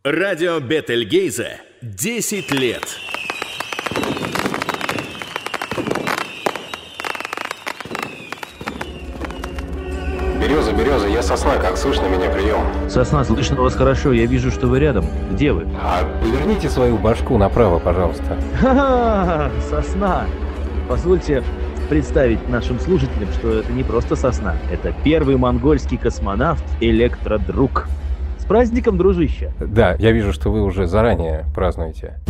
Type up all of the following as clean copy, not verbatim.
Радио Бетельгейзе 10 лет. Береза, я Сосна, как слышно меня, прием? Сосна, слышно вас хорошо, я вижу, что вы рядом. Где вы? Поверните свою башку направо, пожалуйста. Ха-ха, Сосна. Позвольте представить нашим слушателям, что это не просто Сосна. Это первый монгольский космонавт Электродруг. С праздником, дружище. Да, я вижу, что вы уже заранее празднуете.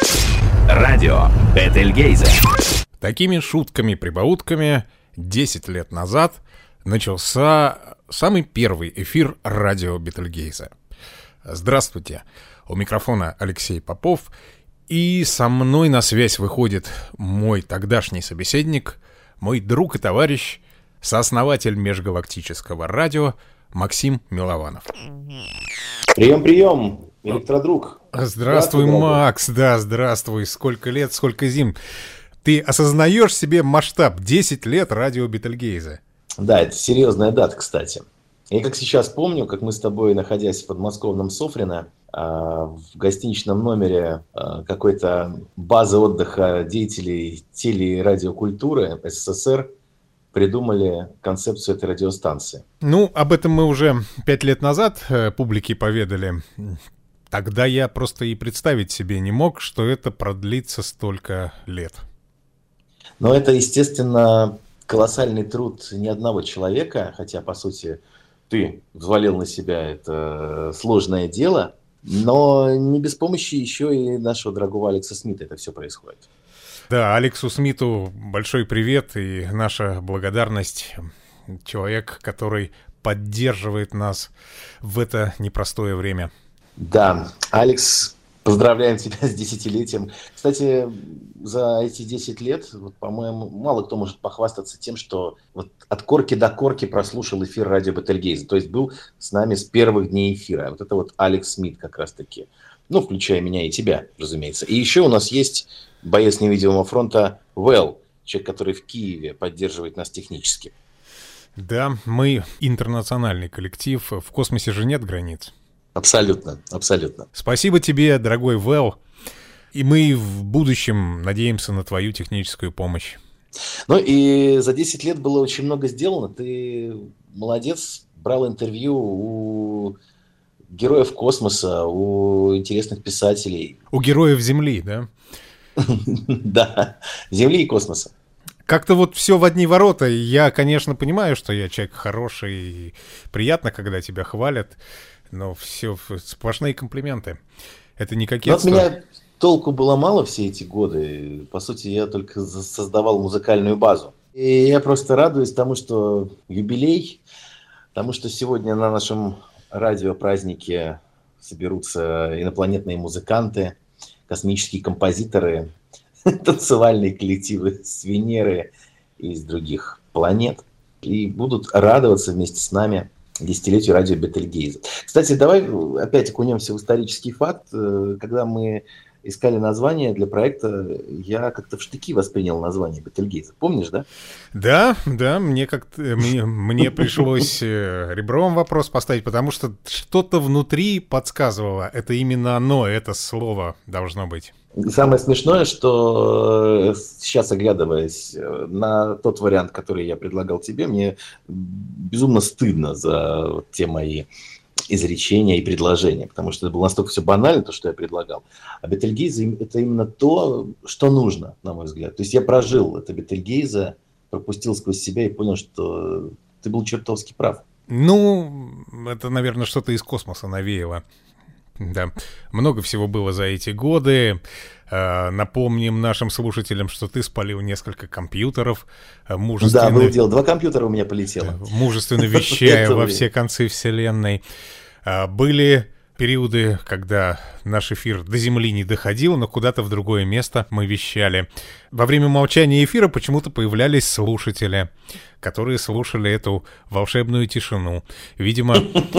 Радио Бетельгейзе. Такими шутками-прибаутками 10 лет назад начался самый первый эфир радио Бетельгейзе. Здравствуйте, у микрофона Алексей Попов, и со мной на связь выходит мой тогдашний собеседник, мой друг и товарищ, сооснователь межгалактического радио Максим Милованов. Прием, Электродруг. Здравствуй, Макс, да, здравствуй, сколько лет, сколько зим. Ты осознаешь себе масштаб 10 лет радио Бетельгейзе? Да, это серьезная дата, кстати. Я как сейчас помню, как мы с тобой, находясь в подмосковном Софрино, в гостиничном номере какой-то базы отдыха деятелей теле- и радиокультуры СССР придумали концепцию этой радиостанции. Ну, об этом мы уже 5 лет назад публике поведали. Тогда я просто и представить себе не мог, что это продлится столько лет. Но это, естественно, колоссальный труд не одного человека, хотя, по сути, ты взвалил на себя это сложное дело, но не без помощи еще и нашего дорогого Алекса Смита это все происходит. Да, Алексу Смиту большой привет и наша благодарность. Человек, который поддерживает нас в это непростое время. Да, Алекс, поздравляем тебя с 10-летием. Кстати, за эти 10 лет, вот, по-моему, мало кто может похвастаться тем, что вот от корки до корки прослушал эфир радио Бетельгейзе. То есть был с нами с первых дней эфира. Вот это вот Алекс Смит как раз-таки. Ну, включая меня и тебя, разумеется. И еще у нас есть боец невидимого фронта Вэл, человек, который в Киеве поддерживает нас технически. Да, мы интернациональный коллектив. В космосе же нет границ. Абсолютно, абсолютно. Спасибо тебе, дорогой Вэл. И мы в будущем надеемся на твою техническую помощь. Ну и за 10 лет было очень много сделано. Ты молодец, брал интервью у героев космоса, у интересных писателей. У героев Земли, да? Да, Земли и космоса. Как-то вот все в одни ворота. Я, конечно, понимаю, что я человек хороший, и приятно, когда тебя хвалят, но все сплошные комплименты. Это не кокетство. Но от меня толку было мало все эти годы. По сути, я только создавал музыкальную базу. И я просто радуюсь тому, что юбилей, тому, что сегодня на нашем радиопразднике соберутся инопланетные музыканты, космические композиторы, танцевальные коллективы с Венеры и из других планет. И будут радоваться вместе с нами десятилетию радио Бетельгейзе. Кстати, давай опять окунемся в исторический факт. Когда мы искали название для проекта, я как-то в штыки воспринял название Бетельгейзе. Помнишь, да? Да, мне пришлось ребром вопрос поставить, потому что что-то внутри подсказывало. Это именно оно, это слово должно быть. Самое смешное, что сейчас, оглядываясь на тот вариант, который я предлагал тебе, мне безумно стыдно за те мои изречения и предложения, потому что это было настолько все банально, то, что я предлагал. А Бетельгейзе — это именно то, что нужно, на мой взгляд. То есть я прожил это Бетельгейзе, пропустил сквозь себя и понял, что ты был чертовски прав. Ну, это, наверное, что-то из космоса навеяло. Да, много всего было за эти годы. Напомним нашим слушателям, что ты спалил несколько компьютеров, мужественно... Да, было дело. 2 компьютера у меня полетело. Мужественно вещая во все концы вселенной. Были периоды, когда наш эфир до Земли не доходил, но куда-то в другое место мы вещали. Во время молчания эфира почему-то появлялись слушатели, которые слушали эту волшебную тишину. Видимо,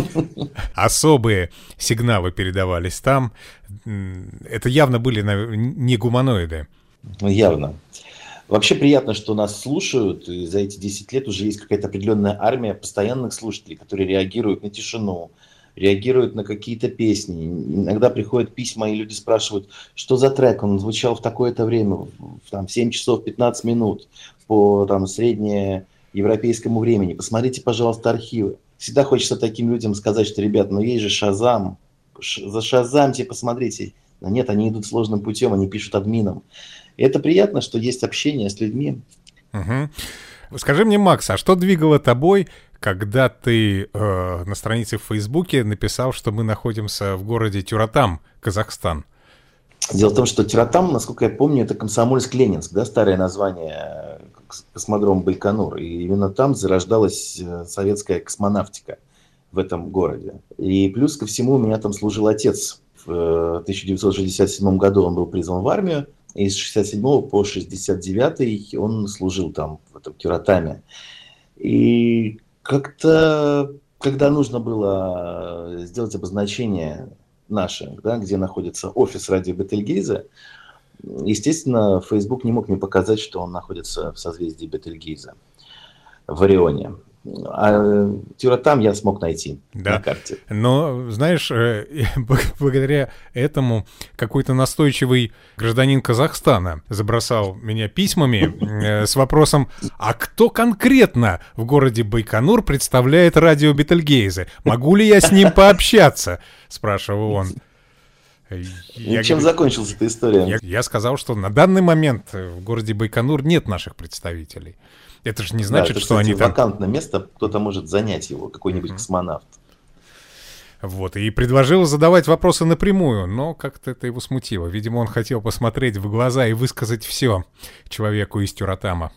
особые сигналы передавались там. Это явно были не гуманоиды. Явно. Вообще приятно, что нас слушают, и за эти 10 лет уже есть какая-то определенная армия постоянных слушателей, которые реагируют на тишину, реагируют на какие-то песни. Иногда приходят письма, и люди спрашивают, что за трек, он звучал в такое-то время, в 7 часов 15 минут по среднеевропейскому времени. Посмотрите, пожалуйста, архивы. Всегда хочется таким людям сказать, что, ребят, есть же Шазам. Зашазамьте, посмотрите. Но нет, они идут сложным путем, они пишут админам. И это приятно, что есть общение с людьми. Угу. Скажи мне, Макс, а что двигало тобой, когда ты на странице в Фейсбуке написал, что мы находимся в городе Тюратам, Казахстан? Дело в том, что Тюратам, насколько я помню, это Комсомольск-Ленинск, да, старое название космодрома Байконур. И именно там зарождалась советская космонавтика в этом городе. И плюс ко всему у меня там служил отец. В 1967 году он был призван в армию, и с 67 по 69 он служил там, в этом Тюратаме. И как-то, когда нужно было сделать обозначение наше, да, где находится офис радио Бетельгейзе, естественно, Facebook не мог мне показать, что он находится в созвездии Бетельгейзе, в Орионе. А Тюратам я смог найти на карте. Но, знаешь, благодаря этому какой-то настойчивый гражданин Казахстана забросал меня письмами с вопросом, а кто конкретно в городе Байконур представляет радио Бетельгейзе? Могу ли я с ним пообщаться? Спрашивал он. Чем закончилась эта история? Я сказал, что на данный момент в городе Байконур нет наших представителей. Это же не значит, это, что кстати, они там... вакантное место, кто-то может занять его, какой-нибудь космонавт. Вот, и предложил задавать вопросы напрямую, но как-то это его смутило. Видимо, он хотел посмотреть в глаза и высказать все человеку из Тюратама.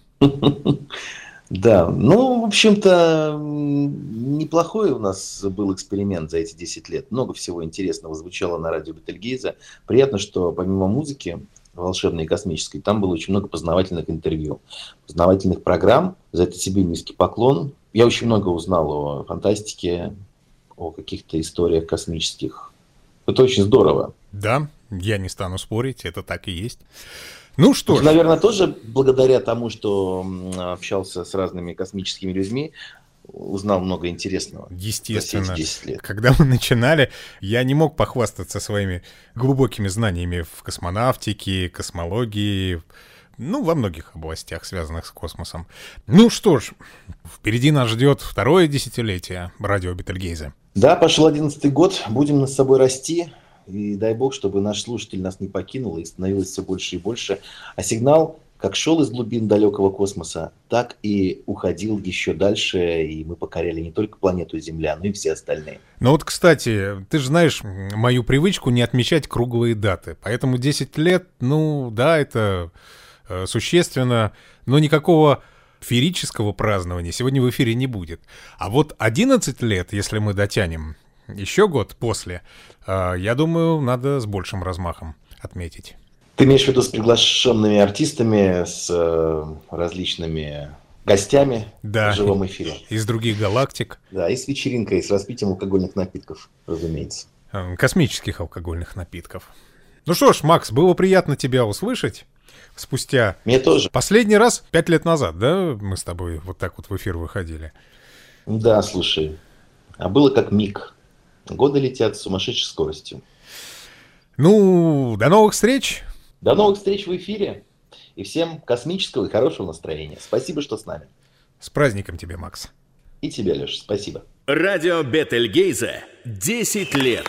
Да, в общем-то, неплохой у нас был эксперимент за эти 10 лет. Много всего интересного звучало на радио Бетельгейзе. Приятно, что помимо музыки волшебной и космической, там было очень много познавательных интервью, познавательных программ. За это тебе низкий поклон. Я очень много узнал о фантастике, о каких-то историях космических. Это очень здорово. Да, я не стану спорить, это так и есть. Ну что ж. Наверное, тоже благодаря тому, что общался с разными космическими людьми, узнал много интересного. Естественно. За эти 10 лет. Когда мы начинали, я не мог похвастаться своими глубокими знаниями в космонавтике, космологии, во многих областях, связанных с космосом. Ну что ж, впереди нас ждет второе десятилетие радио Бетельгейзе. Да, пошел 11-й год, будем над собой расти. И дай бог, чтобы наш слушатель нас не покинул и становилось все больше и больше. А сигнал как шел из глубин далекого космоса, так и уходил еще дальше, и мы покоряли не только планету Земля, но и все остальные. Ну вот, кстати, ты же знаешь мою привычку не отмечать круглые даты, поэтому 10 лет, да, это существенно, но никакого феерического празднования сегодня в эфире не будет. А вот 11 лет, если мы дотянем, еще год после, я думаю, надо с большим размахом отметить. Ты имеешь в виду с приглашенными артистами, с различными гостями в живом эфире? Из других галактик. Да, и с вечеринкой, с распитием алкогольных напитков, разумеется. Космических алкогольных напитков. Ну что ж, Макс, было приятно тебя услышать. Спустя... Мне тоже. Последний раз 5 лет назад, да, мы с тобой вот так вот в эфир выходили? Да, слушай, а было как миг. Годы летят с сумасшедшей скоростью. Ну, до новых встреч! До новых встреч в эфире. И всем космического и хорошего настроения. Спасибо, что с нами. С праздником тебя, Макс. И тебя, Леша. Спасибо. Радио Бетельгейзе 10 лет.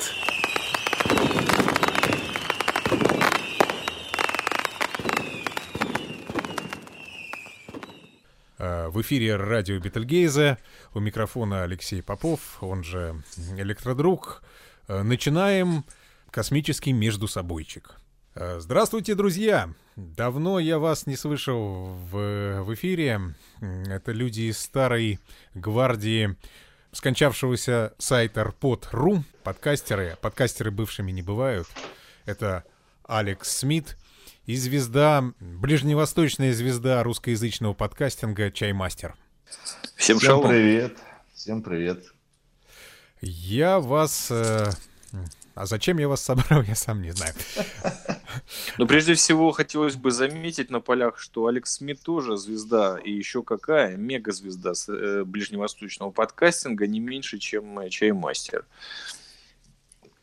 В эфире радио Бетельгейзе. У микрофона Алексей Попов, он же Электродруг. Начинаем космический междусобойчик. Здравствуйте, друзья! Давно я вас не слышал в эфире. Это люди из старой гвардии скончавшегося сайта rpod.ru. Подкастеры бывшими не бывают. Это Алекс Смит и ближневосточная звезда русскоязычного подкастинга Чаймастер. Всем шалом. Всем привет. Я вас... А зачем я вас собрал, я сам не знаю. Но прежде всего хотелось бы заметить на полях, что Алекс Смит тоже звезда, и еще какая, мегазвезда ближневосточного подкастинга, не меньше, чем Чаймастер.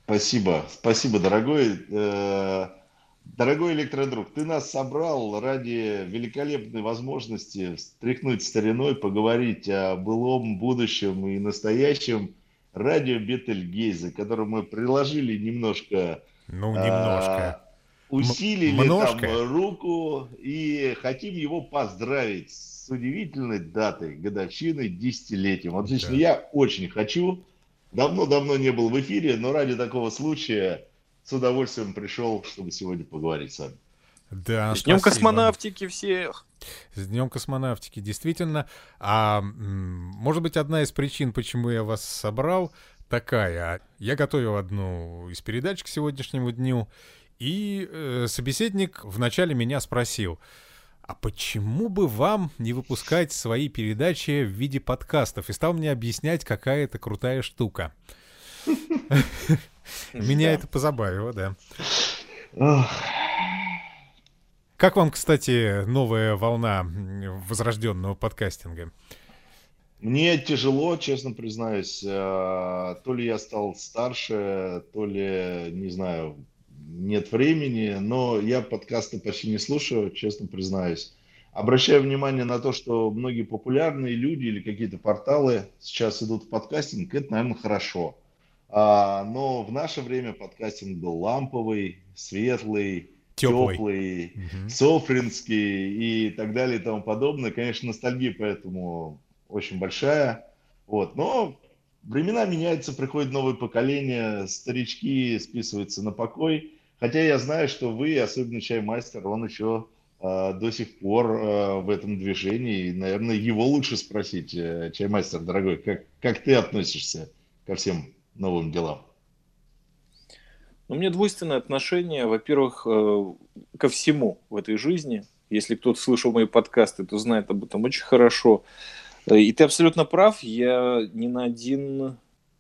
Спасибо, дорогой. Дорогой электродруг, ты нас собрал ради великолепной возможности встряхнуть стариной, поговорить о былом, будущем и настоящем радио Бетельгейзе, к которому мы приложили немножко, Ну, немножко. усилили там Множко. руку и хотим его поздравить с удивительной датой, годовщиной, десятилетием. Вот лично Да. я очень хочу. Давно-давно не был в эфире, но ради такого случая с удовольствием пришел, чтобы сегодня поговорить с вами. Да, С Днем спасибо. космонавтики всех! С Днем космонавтики, действительно. Может быть, одна из причин, почему я вас собрал, такая. Я готовил одну из передач к сегодняшнему дню, и собеседник вначале меня спросил, а почему бы вам не выпускать свои передачи в виде подкастов? И стал мне объяснять, какая это крутая штука. Меня это позабавило, да. Ох, Как вам, кстати, новая волна возрожденного подкастинга? Мне тяжело, честно признаюсь. То ли я стал старше, то ли, не знаю, нет времени, но я подкасты почти не слушаю, честно признаюсь. Обращаю внимание на то, что многие популярные люди или какие-то порталы сейчас идут в подкастинг, это, наверное, хорошо. Но в наше время подкастинг был ламповый, светлый, Теплый. теплый, Мгм. софринский и так далее и тому подобное. Конечно, ностальгия поэтому очень большая. Вот. Но времена меняются, приходит новое поколение, старички списываются на покой. Хотя я знаю, что вы, особенно Чаймастер, он еще до сих пор в этом движении. И, наверное, его лучше спросить. Чаймастер, дорогой, как ты относишься ко всем новым делам? У меня двойственное отношение, во-первых, ко всему в этой жизни. Если кто-то слышал мои подкасты, то знает об этом очень хорошо. И ты абсолютно прав, я ни на один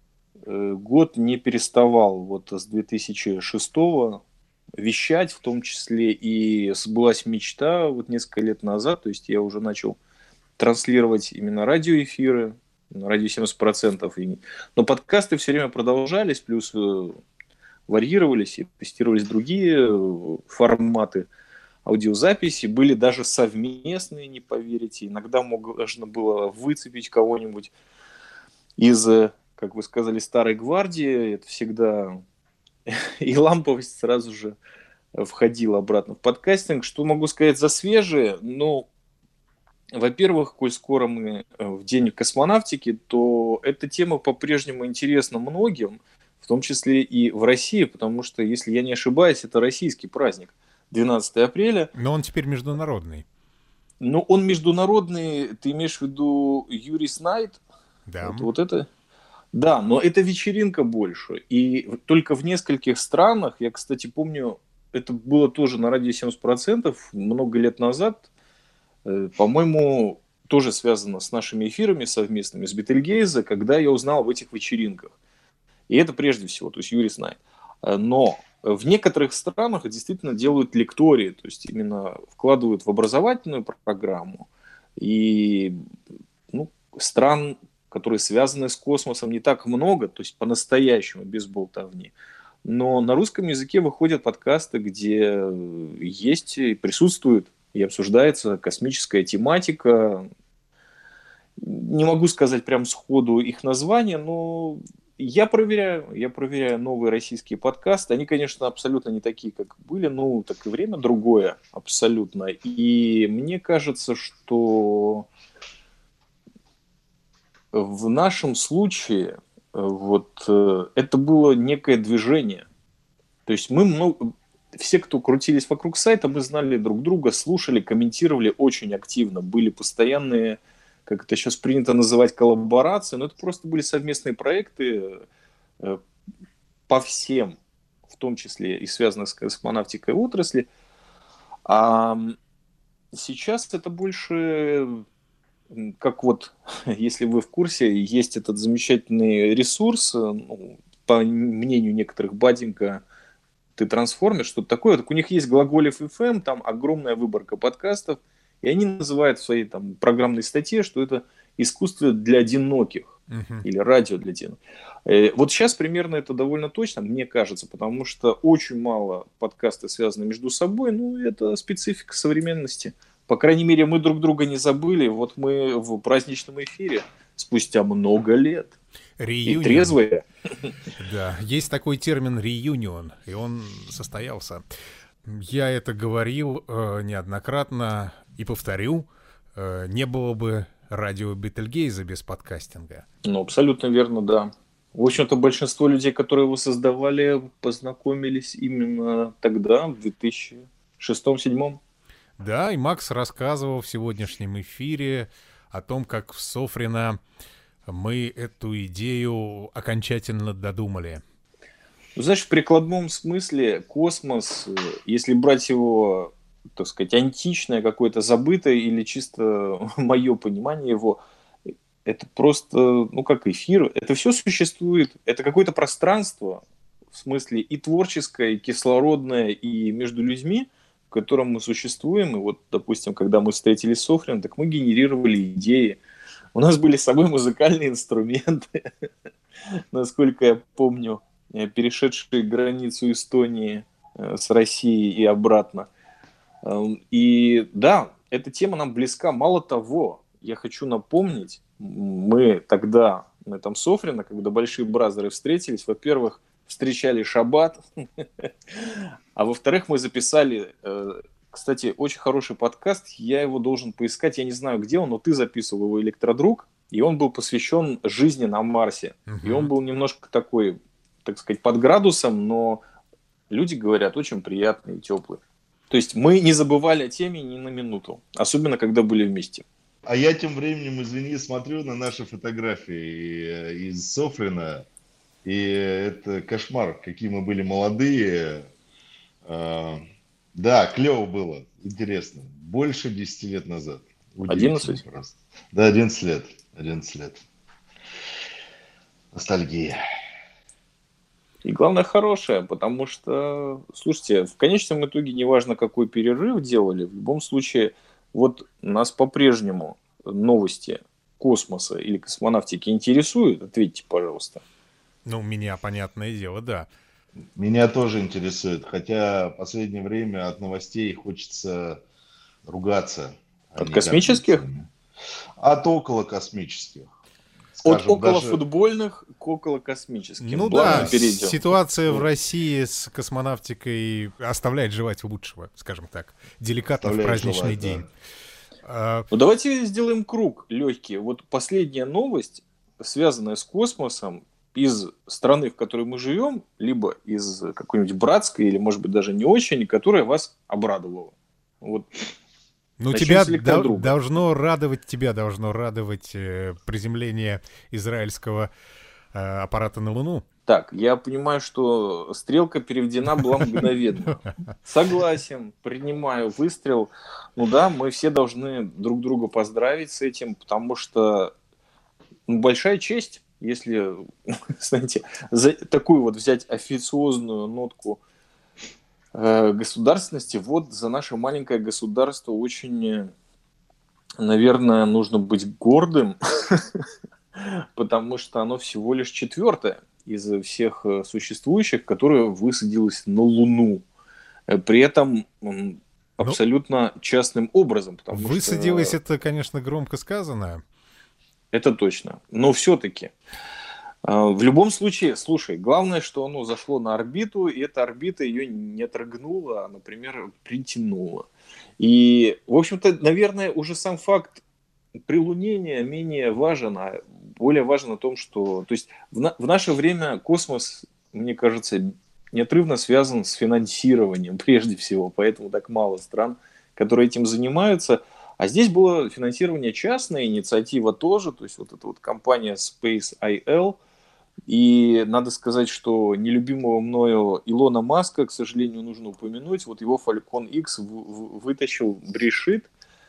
год не переставал вот с 2006 вещать, в том числе и сбылась мечта вот несколько лет назад, то есть я уже начал транслировать именно радиоэфиры, на радио 70%, но подкасты все время продолжались, плюс варьировались и тестировались другие форматы аудиозаписи, были даже совместные, не поверите, иногда можно было выцепить кого-нибудь из, как вы сказали, старой гвардии, это всегда и ламповость сразу же входила обратно в подкастинг. Что могу сказать за свежие? Ну, во-первых, коль скоро мы в день космонавтики, то эта тема по-прежнему интересна многим, в том числе и в России, потому что, если я не ошибаюсь, это российский праздник, 12 апреля. Но он теперь международный. Но он международный, ты имеешь в виду Юрис Найт? Да. Вот это? Да, но это вечеринка больше. И только в нескольких странах, я, кстати, помню, это было тоже на радио 70% много лет назад, по-моему, тоже связано с нашими эфирами совместными, с Бетельгейзе, когда я узнал об этих вечеринках. И это прежде всего, то есть Юрис Найт. Но в некоторых странах действительно делают лектории, то есть именно вкладывают в образовательную программу. И стран, которые связаны с космосом, не так много, то есть по-настоящему, без болтовни. Но на русском языке выходят подкасты, где есть и присутствует и обсуждается космическая тематика. Не могу сказать прям сходу их название, но я проверяю новые российские подкасты. Они, конечно, абсолютно не такие, как были, но так и время другое абсолютно. И мне кажется, что в нашем случае вот это было некое движение. То есть все, кто крутились вокруг сайта, мы знали друг друга, слушали, комментировали очень активно. Были постоянные, как это сейчас принято называть, коллаборации, но это просто были совместные проекты по всем, в том числе и связанных с космонавтикой отрасли. А сейчас это больше, как вот, если вы в курсе, есть этот замечательный ресурс, по мнению некоторых, Баденька, ты трансформер, что-то такое. Так у них есть Глаголев FM, там огромная выборка подкастов, и они называют в своей там программной статье, что это искусство для одиноких. или радио для Дина. Вот сейчас примерно это довольно точно, мне кажется, потому что очень мало подкастов связаны между собой, ну, это специфика современности. По крайней мере, мы друг друга не забыли, вот мы в праздничном эфире спустя много лет. Реюнион. И трезвые. Да, есть такой термин «реюнион», и он состоялся. Я это говорил неоднократно и повторю, не было бы радио Бетельгейзе без подкастинга. Ну, абсолютно верно, да. В общем-то, большинство людей, которые его создавали, познакомились именно тогда, в 2006-2007. Да, и Макс рассказывал в сегодняшнем эфире о том, как в Софрино мы эту идею окончательно додумали. Знаешь, в прикладном смысле космос, если брать его, так сказать, античное какое-то забытое или чисто мое понимание его, это просто, ну, как эфир, это все существует, это какое-то пространство, в смысле и творческое, и кислородное, и между людьми, в котором мы существуем. И вот, допустим, когда мы встретили Софрин, так мы генерировали идеи. У нас были с собой музыкальные инструменты, насколько я помню, перешедшие границу Эстонии с Россией и обратно. И да, эта тема нам близка. Мало того, я хочу напомнить, мы тогда на этом Софрино, когда большие бразеры встретились, во-первых, встречали шаббат, а во-вторых, мы записали, кстати, очень хороший подкаст, я его должен поискать, я не знаю, где он, но ты записывал его, «Электродруг», и он был посвящен жизни на Марсе. И он был немножко такой, так сказать, под градусом, но люди говорят, очень приятный и теплый. То есть мы не забывали о теме ни на минуту, особенно когда были вместе. А я тем временем, извини, смотрю на наши фотографии из Софрина, и это кошмар, какие мы были молодые. Да, клево было, интересно. Больше 10 лет назад. 11? Просто. Да, 11 лет. 11 лет. Ностальгия. И главное, хорошее, потому что, слушайте, в конечном итоге, неважно, какой перерыв делали, в любом случае, вот нас по-прежнему новости космоса или космонавтики интересуют? Ответьте, пожалуйста. Ну, меня, понятное дело, да. Меня тоже интересует, хотя в последнее время от новостей хочется ругаться. От космических? От околокосмических. От околофутбольных к околокосмическим. Ну да, ситуация в России с космонавтикой оставляет желать лучшего, скажем так. Деликатно в праздничный день. Да. Ну, давайте сделаем круг легкий. Вот последняя новость, связанная с космосом, из страны, в которой мы живем, либо из какой-нибудь братской, или, может быть, даже не очень, которая вас обрадовала. Вот. Ну, тебя должно радовать приземление израильского аппарата на Луну. Так, я понимаю, что стрелка переведена была мгновенно. Согласен, принимаю выстрел. Ну да, мы все должны друг друга поздравить с этим, потому что большая честь, если, знаете, такую вот взять официозную нотку государственности, вот за наше маленькое государство очень, наверное, нужно быть гордым, потому что оно всего лишь 4-е из всех существующих, которое высадилось на Луну. При этом абсолютно частным образом. Высадилось что... это, конечно, громко сказано. Это точно. Но все-таки. В любом случае, слушай, главное, что оно зашло на орбиту, и эта орбита ее не отрыгнула, а, например, притянула. И, в общем-то, наверное, уже сам факт прилунения менее важен, а более важен о том, что... То есть в наше время космос, мне кажется, неотрывно связан с финансированием прежде всего, поэтому так мало стран, которые этим занимаются. А здесь было финансирование частное, инициатива тоже, то есть вот эта вот компания Space.il. И надо сказать, что нелюбимого мною Илона Маска, к сожалению, нужно упомянуть. Вот его Falcon X вытащил Бришит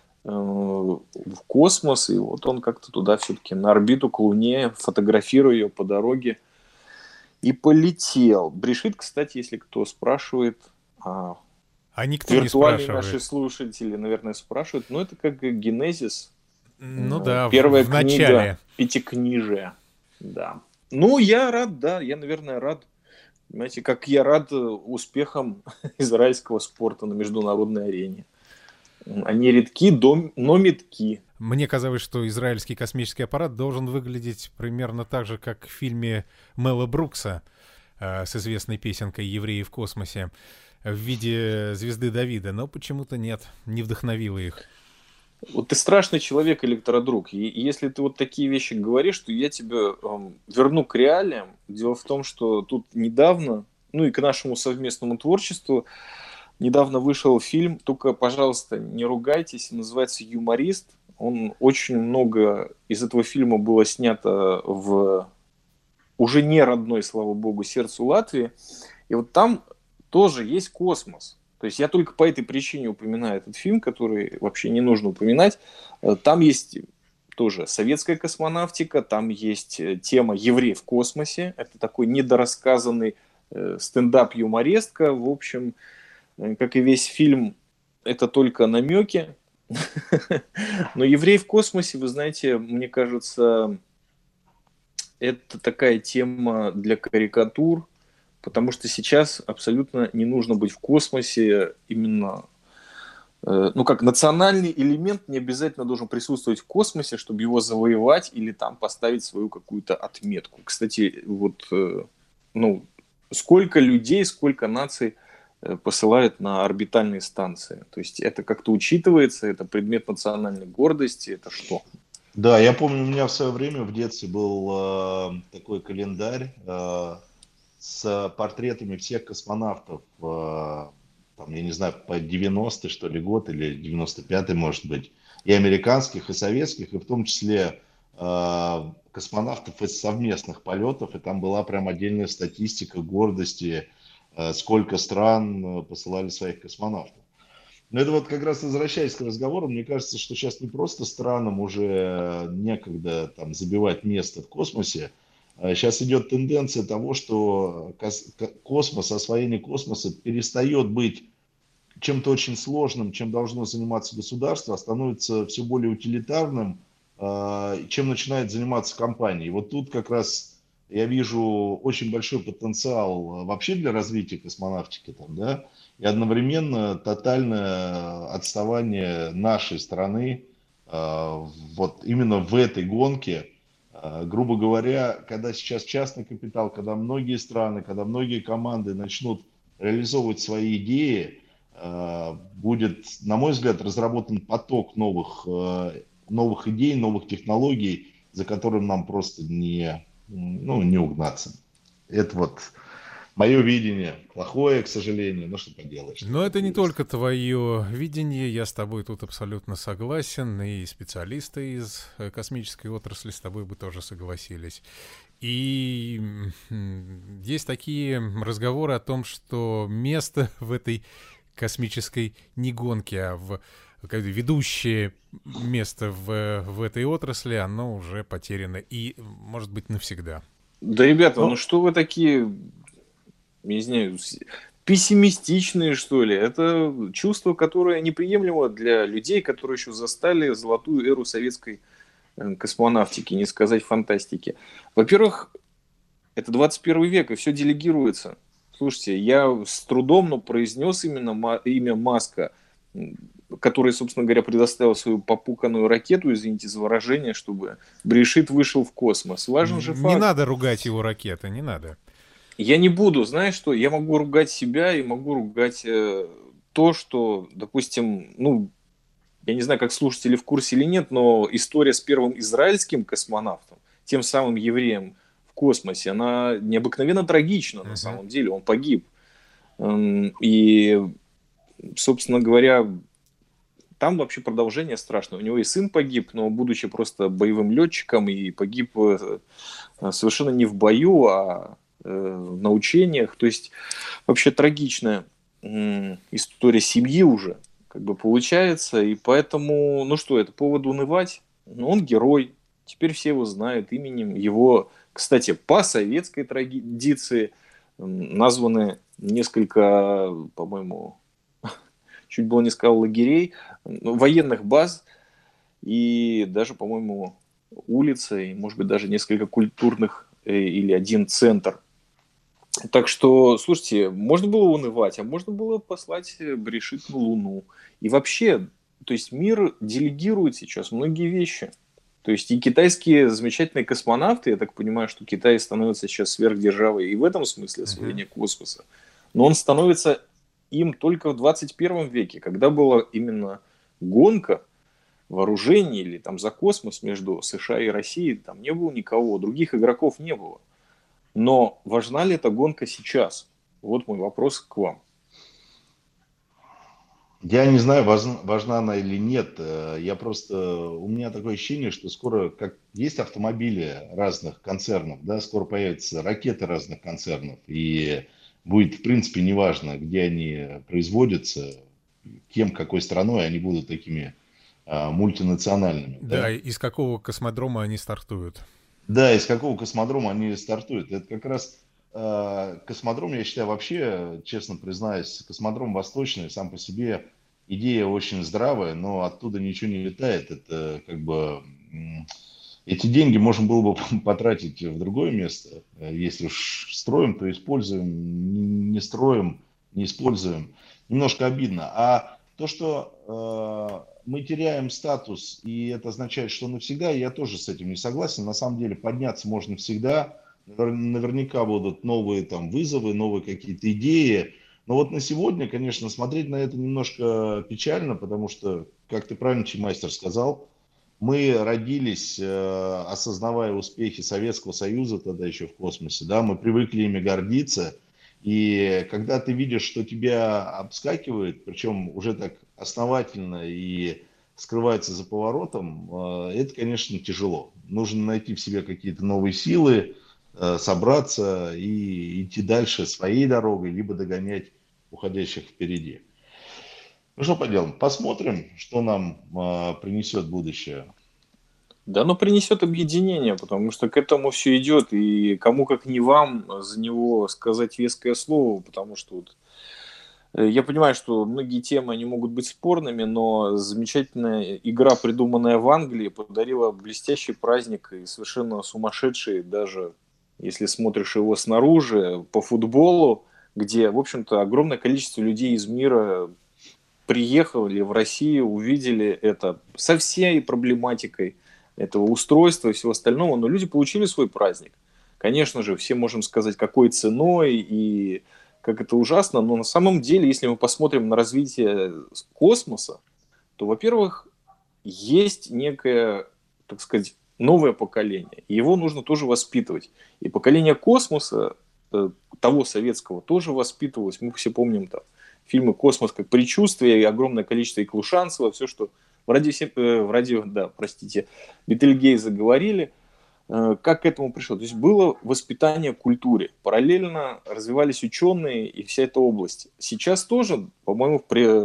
в космос, и вот он как-то туда все-таки на орбиту к Луне, фотографируя ее по дороге, и полетел. Бришит, кстати, если кто спрашивает, а никто виртуальные наши слушатели, наверное, спрашивают, но это как Генезис. Ну да, первая в книга начале. Пятикнижия. Да. Ну, я рад, да, я, наверное, рад. Понимаете, как я рад успехам израильского спорта на международной арене. Они редки, но метки. Мне казалось, что израильский космический аппарат должен выглядеть примерно так же, как в фильме Мела Брукса с известной песенкой «Евреи в космосе» в виде звезды Давида, но почему-то нет, не вдохновило их. Вот ты страшный человек, электродруг. И если ты вот такие вещи говоришь, то я тебя верну к реалиям. Дело в том, что тут недавно, ну и к нашему совместному творчеству, недавно вышел фильм, только, пожалуйста, не ругайтесь, называется «Юморист». Он очень много из этого фильма было снято в уже не родной, слава богу, сердцу Латвии. И вот там тоже есть космос. То есть я только по этой причине упоминаю этот фильм, который вообще не нужно упоминать. Там есть тоже советская космонавтика, там есть тема «Еврей в космосе». Это такой недорассказанный стендап-юморестка. В общем, как и весь фильм, это только намеки. Но «Еврей в космосе», вы знаете, мне кажется, это такая тема для карикатур, потому что сейчас абсолютно не нужно быть в космосе именно... Ну как, национальный элемент не обязательно должен присутствовать в космосе, чтобы его завоевать или там поставить свою какую-то отметку. Кстати, вот ну, сколько людей, сколько наций посылают на орбитальные станции. То есть это как-то учитывается, это предмет национальной гордости, это что? Да, я помню, у меня в свое время в детстве был такой календарь с портретами всех космонавтов, там, я не знаю, по 90-й, что ли, год, или 95-й, может быть, и американских, и советских, и в том числе космонавтов из совместных полетов, и там была прям отдельная статистика гордости, сколько стран посылали своих космонавтов. Но это вот как раз возвращаясь к разговору, мне кажется, что сейчас не просто странам уже некогда там забивать место в космосе, сейчас идет тенденция того, что космос, освоение космоса перестает быть чем-то очень сложным, чем должно заниматься государство, а становится все более утилитарным, чем начинает заниматься компания. И вот тут как раз я вижу очень большой потенциал вообще для развития космонавтики, там, да, и одновременно тотальное отставание нашей страны вот именно в этой гонке. Грубо говоря, когда сейчас частный капитал, когда многие страны, когда многие команды начнут реализовывать свои идеи, будет, на мой взгляд, разработан поток новых идей, новых технологий, за которым нам просто не угнаться. Это вот мое видение. Плохое, к сожалению, но что поделаешь. Но это не только твое видение, я с тобой тут абсолютно согласен, и специалисты из космической отрасли с тобой бы тоже согласились. И есть такие разговоры о том, что место в этой космической не гонке, а ведущее место в этой отрасли, оно уже потеряно и, может быть, навсегда. Да, ребята, ну что вы такие... не знаю, пессимистичные, что ли. Это чувство, которое неприемлемо для людей, которые еще застали золотую эру советской космонавтики, не сказать фантастики. Во-первых, это 21 век, и все делегируется. Слушайте, я с трудом, но произнес именно имя Маска, который, собственно говоря, предоставил свою попуканную ракету, извините за выражение, чтобы Брешит вышел в космос. Важен же факт. Не надо ругать его ракеты, не надо. Я не буду, знаешь что, я могу ругать себя и могу ругать то, что, допустим, ну, я не знаю, как слушатели в курсе или нет, но история с первым израильским космонавтом, тем самым евреем в космосе, она необыкновенно трагична на самом деле, он погиб. И, собственно говоря, там вообще продолжение страшное. У него и сын погиб, но будучи просто боевым летчиком, и погиб совершенно не в бою, а на учениях. То есть вообще трагичная история семьи уже как бы получается. И поэтому, ну что, это повод унывать? Ну, он герой. Теперь все его знают именем его. Кстати, по советской традиции названы несколько, по-моему, чуть было не сказал лагерей, военных баз и даже, по-моему, улица и, может быть, даже несколько культурных или один центр. Так что, слушайте, можно было унывать, а можно было послать Берешит на Луну. И вообще, то есть мир делегирует сейчас многие вещи. То есть и китайские замечательные космонавты, я так понимаю, что Китай становится сейчас сверхдержавой и в этом смысле освоения космоса. Но он становится им только в 21 веке, когда была именно гонка вооружений или там за космос между США и Россией, там не было никого, других игроков не было. Но важна ли эта гонка сейчас? Вот мой вопрос к вам. Я не знаю, важна она или нет. У меня такое ощущение, что скоро, как есть автомобили разных концернов, да, скоро появятся ракеты разных концернов, и будет, в принципе, неважно, где они производятся, кем, какой страной, они будут такими мультинациональными. Да, из какого космодрома они стартуют. Да, из какого космодрома они стартуют. Это как раз космодром, я считаю, вообще, честно признаюсь, космодром Восточный сам по себе идея очень здравая, но оттуда ничего не летает. Это как бы эти деньги можно было бы потратить в другое место. Если уж строим, то используем, не строим, не используем. Немножко обидно. А то, что мы теряем статус, и это означает, что навсегда, я тоже с этим не согласен. На самом деле подняться можно всегда. Наверняка будут новые там вызовы, новые какие-то идеи. Но вот на сегодня, конечно, смотреть на это немножко печально, потому что, как ты правильно, Чимайстер, сказал, мы родились, осознавая успехи Советского Союза тогда еще в космосе, да, мы привыкли ими гордиться. И когда ты видишь, что тебя обскакивает, причем уже так основательно и скрывается за поворотом, это, конечно, тяжело. Нужно найти в себе какие-то новые силы, собраться и идти дальше своей дорогой, либо догонять уходящих впереди. Ну что поделаем, посмотрим, что нам принесет будущее. Да, оно принесет объединение, потому что к этому все идет, и кому как не вам за него сказать веское слово, потому что вот, я понимаю, что многие темы они могут быть спорными, но замечательная игра, придуманная в Англии, подарила блестящий праздник и совершенно сумасшедший, даже если смотришь его снаружи, по футболу, где, в общем-то, огромное количество людей из мира приехали в Россию, увидели это со всей проблематикой этого устройства и всего остального, но люди получили свой праздник. Конечно же, все можем сказать, какой ценой и как это ужасно, но на самом деле, если мы посмотрим на развитие космоса, то, во-первых, есть некое, так сказать, новое поколение, и его нужно тоже воспитывать. И поколение космоса, того советского, тоже воспитывалось. Мы все помним там фильмы «Космос как предчувствие», и огромное количество и Клушанцева, все, что в радио, Бетельгейзе говорили, как к этому пришло. То есть было воспитание в культуре. Параллельно развивались ученые и вся эта область. Сейчас тоже, по-моему,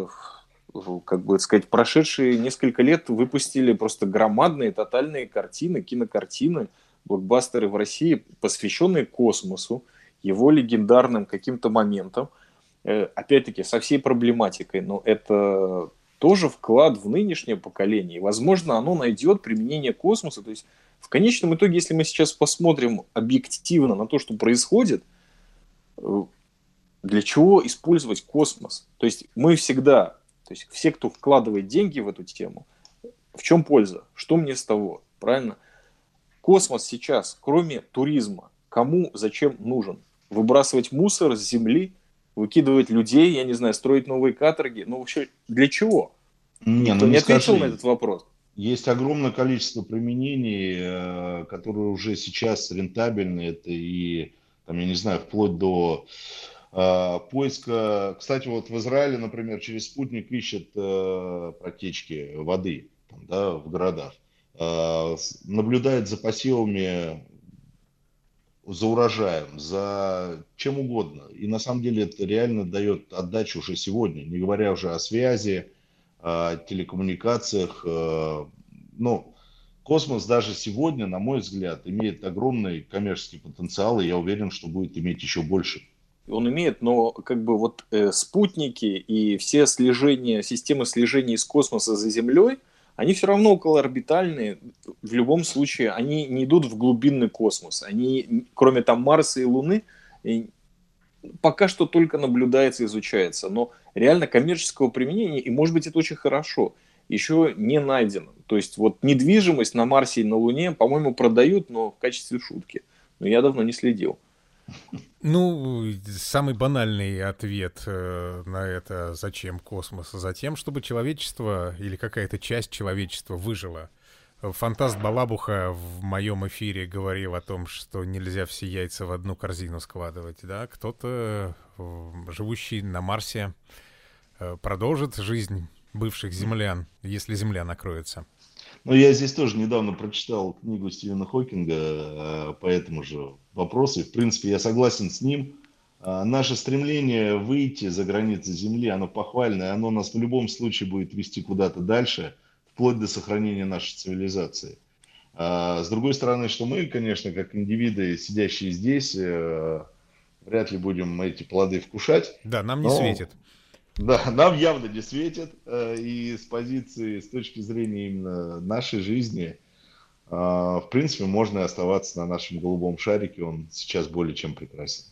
прошедшие несколько лет выпустили просто громадные тотальные картины, кинокартины, блокбастеры в России, посвященные космосу, его легендарным каким-то моментам. Опять-таки, со всей проблематикой, но это тоже вклад в нынешнее поколение. И, возможно, оно найдет применение космоса. То есть, в конечном итоге, если мы сейчас посмотрим объективно на то, что происходит, для чего использовать космос? То есть, мы всегда, то есть, все, кто вкладывает деньги в эту тему, в чем польза? Что мне с того? Правильно? Космос сейчас, кроме туризма, кому, зачем нужен? Выбрасывать мусор с Земли, выкидывать людей, я не знаю, строить новые каторги. Ну, вообще, для чего? Никто не ответил на этот вопрос. Есть огромное количество применений, которые уже сейчас рентабельны. Это и, там, я не знаю, вплоть до поиска. Кстати, вот в Израиле, например, через спутник ищут протечки воды там, да, в городах. Наблюдает за посевами, за урожаем, за чем угодно. И на самом деле это реально дает отдачу уже сегодня, не говоря уже о связи, о телекоммуникациях. Но космос даже сегодня, на мой взгляд, имеет огромный коммерческий потенциал, и я уверен, что будет иметь еще больше. Он имеет, но как бы спутники и все слежения, системы слежения из космоса за Землей, они все равно околоорбитальные. В любом случае, они не идут в глубинный космос. Они, кроме там Марса и Луны, пока что только наблюдается, изучается. Но реально коммерческого применения, и может быть это очень хорошо, еще не найдено. То есть вот недвижимость на Марсе и на Луне, по-моему, продают, но в качестве шутки. Но я давно не следил. Ну, самый банальный ответ на это «зачем космос?» Затем, чтобы человечество или какая-то часть человечества выжила. Фантаст Балабуха в моем эфире говорил о том, что нельзя все яйца в одну корзину складывать. Да? Кто-то, живущий на Марсе, продолжит жизнь бывших землян, если Земля накроется. Ну, я здесь тоже недавно прочитал книгу Стивена Хокинга по этому же вопросу. И, в принципе, я согласен с ним. Наше стремление выйти за границы Земли, оно похвальное, оно нас в любом случае будет вести куда-то дальше, вплоть до сохранения нашей цивилизации. С другой стороны, что мы, конечно, как индивиды, сидящие здесь, вряд ли будем эти плоды вкушать. Да, нам не светит. Да, нам явно не светит, и с позиции, с точки зрения именно нашей жизни, в принципе, можно оставаться на нашем голубом шарике, он сейчас более чем прекрасен.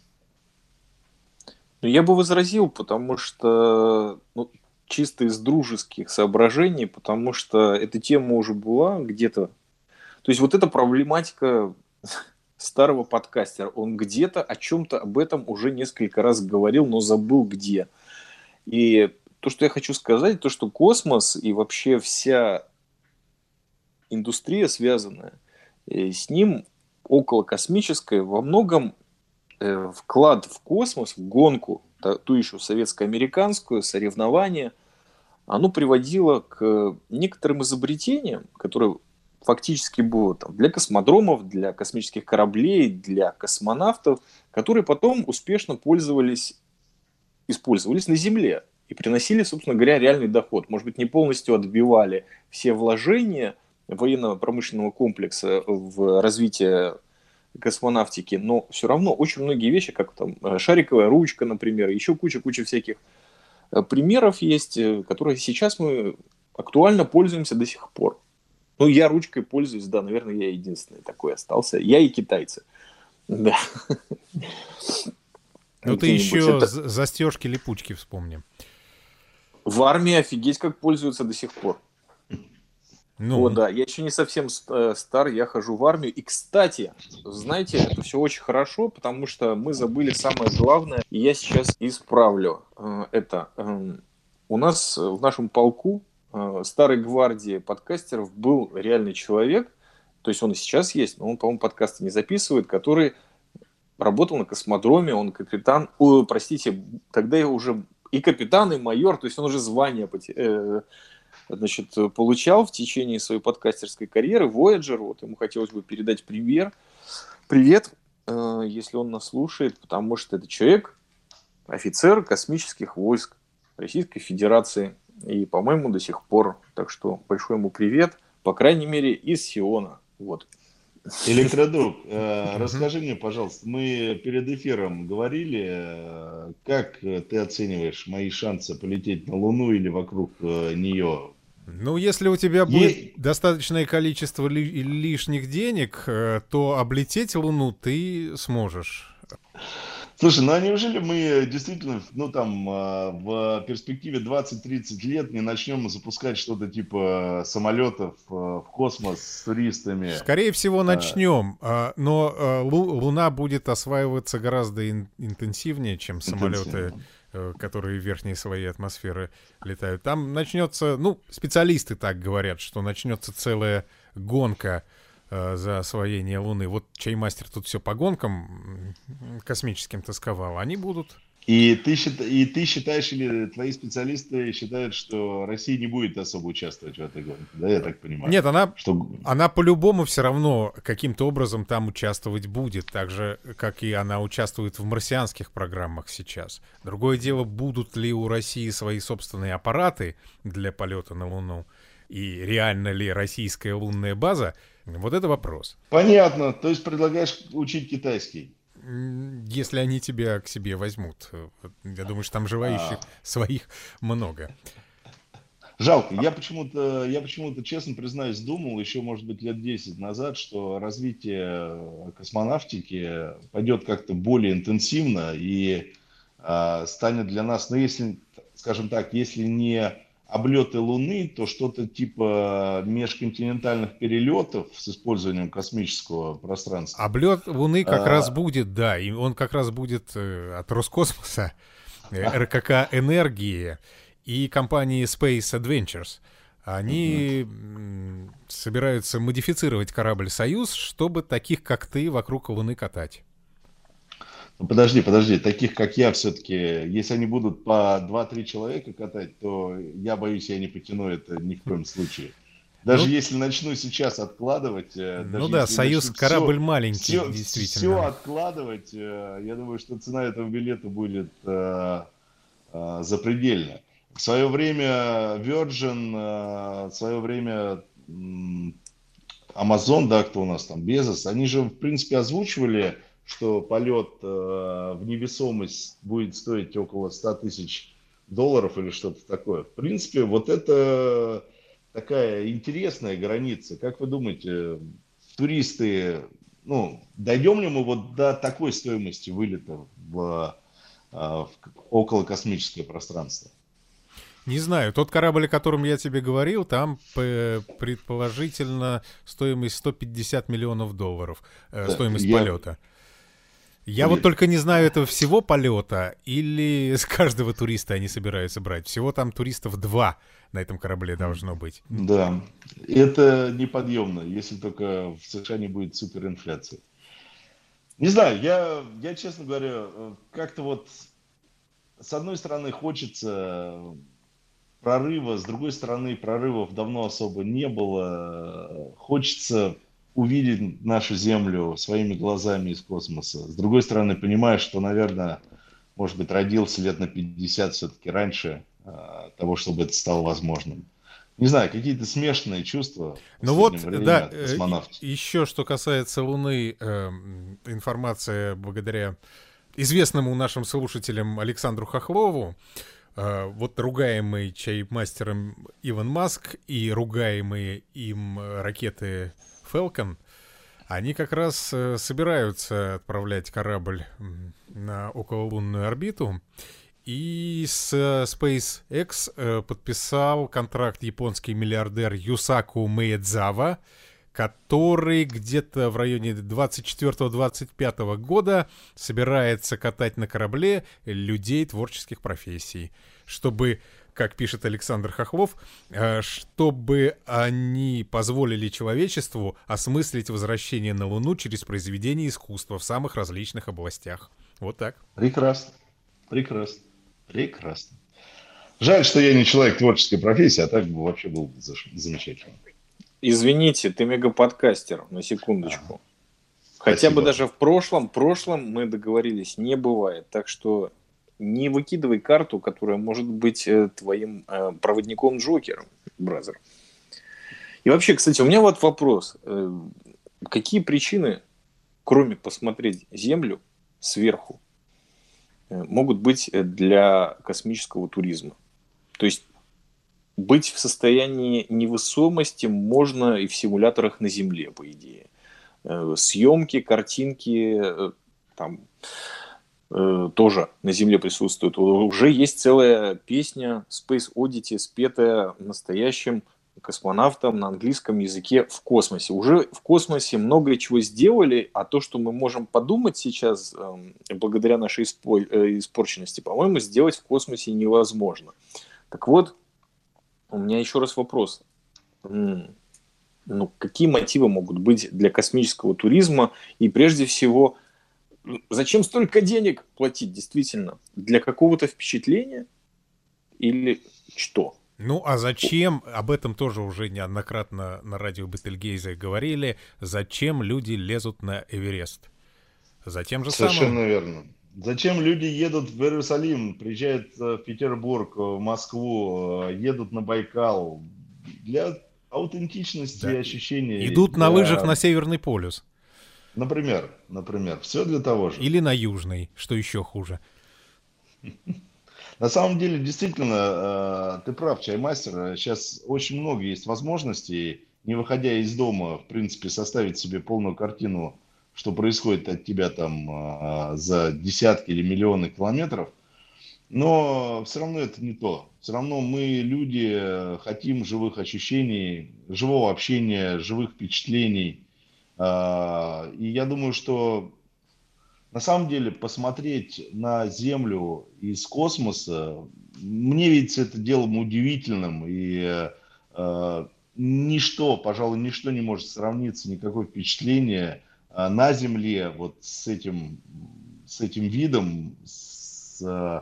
Ну, я бы возразил, потому что, чисто из дружеских соображений, потому что эта тема уже была где-то. То есть вот эта проблематика старого подкастера, он где-то о чем-то об этом уже несколько раз говорил, но забыл где. И то, что я хочу сказать, то, что космос и вообще вся индустрия, связанная с ним, околокосмическая, во многом вклад в космос, в гонку, ту еще советско-американскую, соревнования, оно приводило к некоторым изобретениям, которые фактически было там, для космодромов, для космических кораблей, для космонавтов, которые потом успешно использовались на Земле и приносили, собственно говоря, реальный доход. Может быть, не полностью отбивали все вложения военно-промышленного комплекса в развитие космонавтики, но все равно очень многие вещи, как там шариковая ручка, например, еще куча всяких примеров есть, которые сейчас мы актуально пользуемся до сих пор. Ну, я ручкой пользуюсь, да, наверное, я единственный такой остался. Я и китайцы. Да. Ну, ты еще застежки-липучки вспомни. В армии офигеть как пользуются до сих пор. Ну. О, да, я еще не совсем стар, я хожу в армию. И, кстати, знаете, это все очень хорошо, потому что мы забыли самое главное, и я сейчас исправлю это. У нас в нашем полку старой гвардии подкастеров был реальный человек, то есть он и сейчас есть, но он, по-моему, подкасты не записывает, который работал на космодроме, он капитан, тогда я уже и капитан, и майор, то есть он уже звание получал в течение своей подкастерской карьеры, Voyager, вот ему хотелось бы передать привет, если он нас слушает, потому что это человек, офицер космических войск Российской Федерации, и, по-моему, до сих пор, так что большой ему привет, по крайней мере, из Сиона, вот. Электродруг, расскажи мне, пожалуйста, мы перед эфиром говорили, как ты оцениваешь мои шансы полететь на Луну или вокруг нее? Ну, если у тебя будет достаточное количество лишних денег, то облететь Луну ты сможешь. Слушай, ну а неужели мы действительно, в перспективе 20-30 лет не начнем запускать что-то типа самолетов в космос с туристами? Скорее всего, начнем, но Луна будет осваиваться гораздо интенсивнее, чем самолеты, которые в верхние слои атмосферы летают. Там начнется, специалисты так говорят, что начнется целая гонка за освоение Луны. Вот Чаймастер тут все по гонкам космическим тосковал. Они будут. И ты считаешь, или твои специалисты считают, что Россия не будет особо участвовать в этой гонке? Да, я так понимаю. Нет, она по-любому все равно каким-то образом там участвовать будет. Так же, как и она участвует в марсианских программах сейчас. Другое дело, будут ли у России свои собственные аппараты для полета на Луну, и реально ли российская лунная база, вот это вопрос. Понятно. То есть предлагаешь учить китайский? Если они тебя к себе возьмут. Я думаю, что там желающих своих много. Жалко. Я почему-то, честно признаюсь, думал еще, может быть, лет 10 назад, что развитие космонавтики пойдет как-то более интенсивно и станет для нас, ну, если, скажем так, если не облеты Луны, то что-то типа межконтинентальных перелетов с использованием космического пространства. Облет Луны как раз будет, да, и он как раз будет от Роскосмоса, РКК «Энергии» и компании Space Adventures. Они собираются модифицировать корабль «Союз», чтобы таких, как ты, вокруг Луны катать. Ну, подожди, таких, как я, все-таки, если они будут по 2-3 человека катать, то я боюсь, я не потяну это ни в коем случае. Даже если начну сейчас откладывать... Ну да, «Союз» корабль маленький, действительно. Все откладывать, я думаю, что цена этого билета будет запредельная. В свое время Virgin, в свое время Amazon, да, кто у нас там, Bezos, они же, в принципе, озвучивали, что полет в невесомость будет стоить около $100 тысяч или что-то такое. В принципе, вот это такая интересная граница. Как вы думаете, туристы, ну, дойдем ли мы вот до такой стоимости вылета в околокосмическое пространство? Не знаю, тот корабль, о котором я тебе говорил, там предположительно стоимость $150 миллионов, да, стоимость полета. Я вот только не знаю, это всего полета или с каждого туриста они собираются брать. Всего там туристов 2 на этом корабле должно быть. Да, это неподъемно, если только в США не будет суперинфляции. Не знаю, я, честно говоря, как-то вот с одной стороны хочется прорыва, с другой стороны прорывов давно особо не было. Хочется увидеть нашу Землю своими глазами из космоса. С другой стороны, понимаешь, что, наверное, может быть, родился лет на 50 все-таки раньше того, чтобы это стало возможным. Не знаю, какие-то смешанные чувства. Ну вот, да, еще что касается Луны, информация благодаря известному нашим слушателям Александру Хохлову. Вот ругаемый чаймастером Илон Маск и ругаемые им ракеты Falcon, они как раз собираются отправлять корабль на окололунную орбиту. И с SpaceX подписал контракт японский миллиардер Юсаку Мэйдзава, который где-то в районе 24-25 года собирается катать на корабле людей творческих профессий, чтобы, как пишет Александр Хохлов, чтобы они позволили человечеству осмыслить возвращение на Луну через произведение искусства в самых различных областях. Вот так. Прекрасно. Жаль, что я не человек творческой профессии, а так бы вообще было бы замечательно. Извините, ты мегаподкастер, на секундочку. Хотя бы даже в прошлом мы договорились, не бывает. Так что не выкидывай карту, которая может быть твоим проводником-джокером, бразер. И вообще, кстати, у меня вот вопрос. Какие причины, кроме посмотреть Землю сверху, могут быть для космического туризма? То есть быть в состоянии невесомости можно и в симуляторах на Земле, по идее. Съемки, картинки там тоже на Земле присутствуют. Уже есть целая песня Space Oddity, спетая настоящим космонавтом на английском языке в космосе. Уже в космосе много чего сделали, а то, что мы можем подумать сейчас, благодаря нашей испорченности, по-моему, сделать в космосе невозможно. Так вот, у меня еще раз вопрос. Какие мотивы могут быть для космического туризма? И прежде всего, зачем столько денег платить действительно? Для какого-то впечатления? Или что? Ну, а зачем, об этом тоже уже неоднократно на радио Бетельгейзе говорили, зачем люди лезут на Эверест? Затем же самым. Совершенно верно. Зачем люди едут в Иерусалим, приезжают в Петербург, в Москву, едут на Байкал? Для аутентичности и ощущения. Идут на лыжах на Северный полюс. Например. Все для того же. Или на Южный, что еще хуже. На самом деле, действительно, ты прав, чаймастер. Сейчас очень много есть возможностей, не выходя из дома, в принципе, составить себе полную картину, что происходит от тебя там за десятки или миллионы километров. Но все равно это не то. Все равно мы, люди, хотим живых ощущений, живого общения, живых впечатлений. И я думаю, что на самом деле посмотреть на Землю из космоса, мне видится это делом удивительным. И ничто, пожалуй, ничто не может сравниться, никакое впечатление на Земле вот с этим видом, с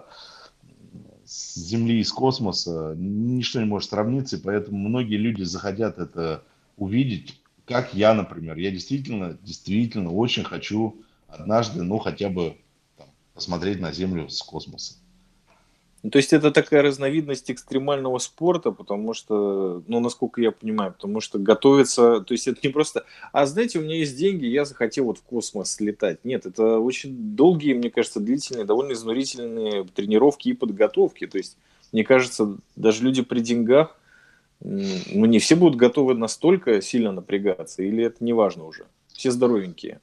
Земли, из космоса, ничто не может сравниться, и поэтому многие люди захотят это увидеть, как я, например. Я действительно очень хочу однажды, ну, хотя бы там, посмотреть на Землю с космоса. То есть это такая разновидность экстремального спорта, потому что, ну, насколько я понимаю, потому что готовиться, то есть это не просто, знаете, у меня есть деньги, я захотел вот в космос слетать. Нет, это очень долгие, мне кажется, длительные, довольно изнурительные тренировки и подготовки. То есть, мне кажется, даже люди при деньгах, ну, не все будут готовы настолько сильно напрягаться, или это не важно уже? Все здоровенькие.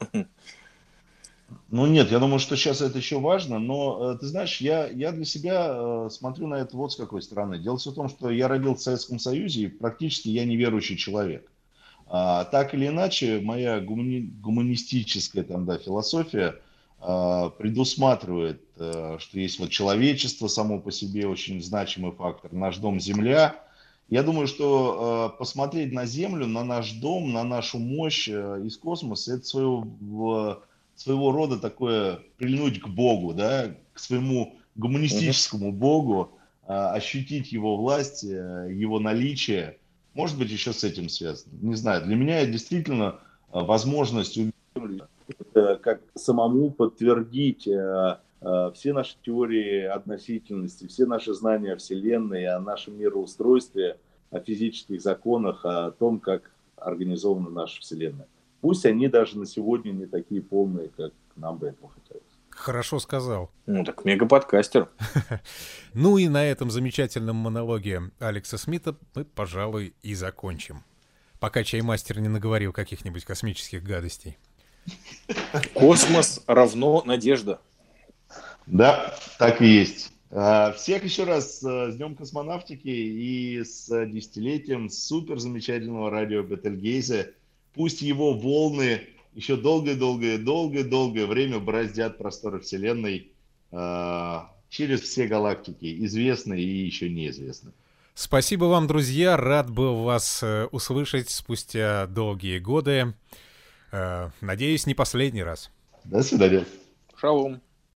Ну нет, я думаю, что сейчас это еще важно, но ты знаешь, я для себя смотрю на это вот с какой стороны. Дело все в том, что я родился в Советском Союзе, и практически я неверующий человек. Так или иначе, моя гуманистическая там, да, философия предусматривает, что есть вот человечество само по себе очень значимый фактор, наш дом Земля. Я думаю, что посмотреть на Землю, на наш дом, на нашу мощь из космоса, это своего рода такое прильнуть к Богу, да, к своему гуманистическому Богу, ощутить его власть, его наличие. Может быть, еще с этим связано. Не знаю. Для меня это действительно возможность как самому подтвердить все наши теории относительности, все наши знания о Вселенной, о нашем мироустройстве, о физических законах, о том, как организована наша Вселенная. Пусть они даже на сегодня не такие полные, как нам бы этого хотелось. Хорошо сказал. Ну, так мегаподкастер. Ну и на этом замечательном монологе Алекса Смита мы, пожалуй, и закончим. Пока чаймастер не наговорил каких-нибудь космических гадостей. Космос равно надежда. Да, так и есть. Всех еще раз с Днем космонавтики и с десятилетием супер замечательного радио Бетельгейзе. Пусть его волны еще долгое время бороздят просторы Вселенной через все галактики, известные и еще неизвестные. Спасибо вам, друзья. Рад был вас услышать спустя долгие годы. Надеюсь, не последний раз. До свидания. Шалом.